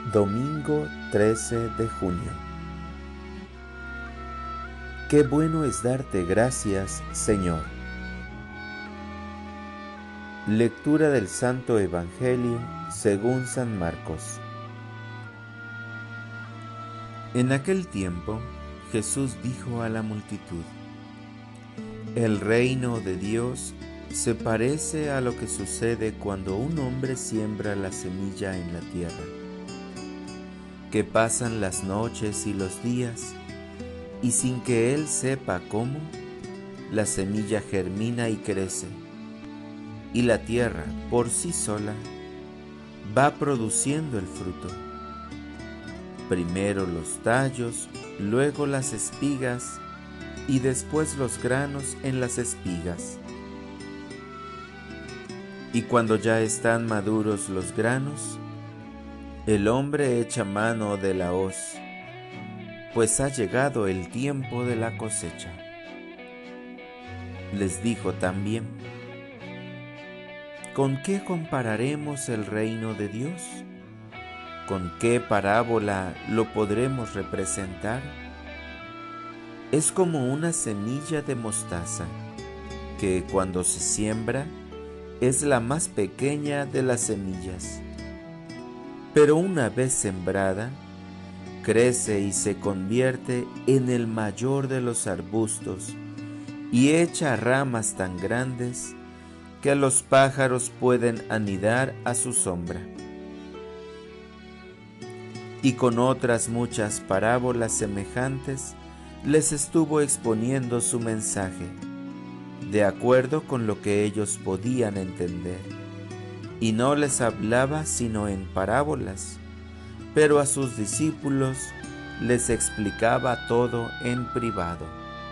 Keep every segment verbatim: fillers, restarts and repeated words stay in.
Domingo trece de junio. Qué bueno es darte gracias, Señor. Lectura del Santo Evangelio según San Marcos. En aquel tiempo, Jesús dijo a la multitud: El reino de Dios se parece a lo que sucede cuando un hombre siembra la semilla en la tierra, que pasan las noches y los días, y sin que él sepa cómo, la semilla germina y crece, y la tierra por sí sola va produciendo el fruto. Primero los tallos, luego las espigas, y después los granos en las espigas. Y cuando ya están maduros los granos, el hombre echa mano de la hoz, pues ha llegado el tiempo de la cosecha. Les dijo también: ¿Con qué compararemos el reino de Dios? ¿Con qué parábola lo podremos representar? Es como una semilla de mostaza, que cuando se siembra es la más pequeña de las semillas, pero una vez sembrada, crece y se convierte en el mayor de los arbustos y echa ramas tan grandes que los pájaros pueden anidar a su sombra. Y con otras muchas parábolas semejantes les estuvo exponiendo su mensaje, de acuerdo con lo que ellos podían entender, y no les hablaba sino en parábolas, pero a sus discípulos les explicaba todo en privado.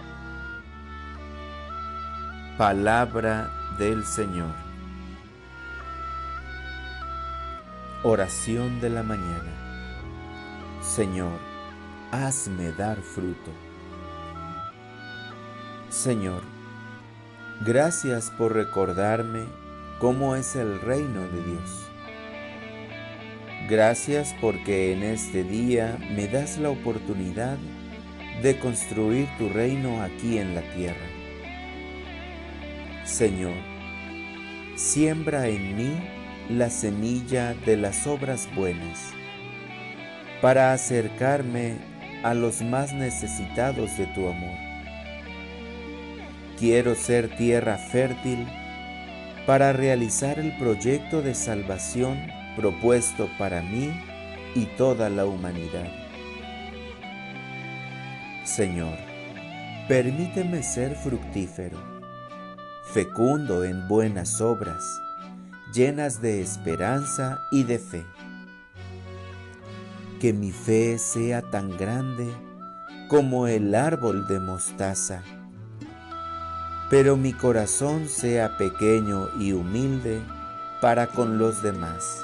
Palabra del Señor. Oración de la mañana. Señor, hazme dar fruto. Señor, gracias por recordarme cómo es el reino de Dios. Gracias porque en este día me das la oportunidad de construir tu reino aquí en la tierra. Señor, siembra en mí la semilla de las obras buenas, para acercarme a los más necesitados de tu amor. Quiero ser tierra fértil para realizar el proyecto de salvación propuesto para mí y toda la humanidad. Señor, permíteme ser fructífero, fecundo en buenas obras, llenas de esperanza y de fe. Que mi fe sea tan grande como el árbol de mostaza, pero mi corazón sea pequeño y humilde para con los demás.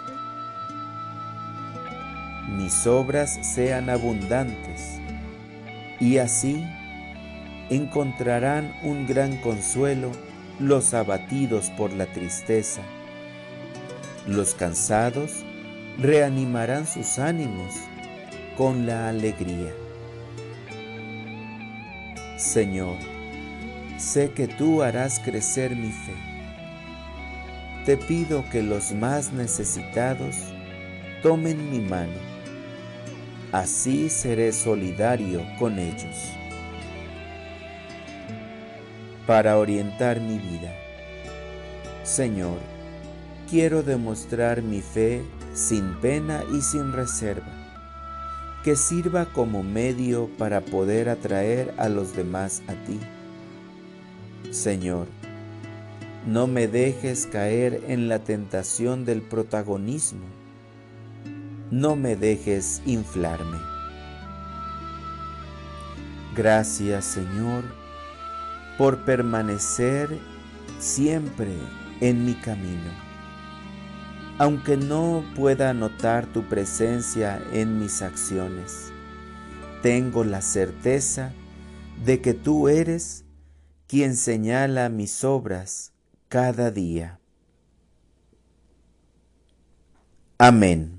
Mis obras sean abundantes, y así encontrarán un gran consuelo los abatidos por la tristeza. Los cansados reanimarán sus ánimos con la alegría. Señor, sé que tú harás crecer mi fe. Te pido que los más necesitados tomen mi mano. Así seré solidario con ellos. Para orientar mi vida, Señor, quiero demostrar mi fe sin pena y sin reserva, que sirva como medio para poder atraer a los demás a ti. Señor, no me dejes caer en la tentación del protagonismo. No me dejes inflarme. Gracias, Señor, por permanecer siempre en mi camino. Aunque no pueda notar tu presencia en mis acciones, tengo la certeza de que tú eres quien señala mis obras cada día. Amén.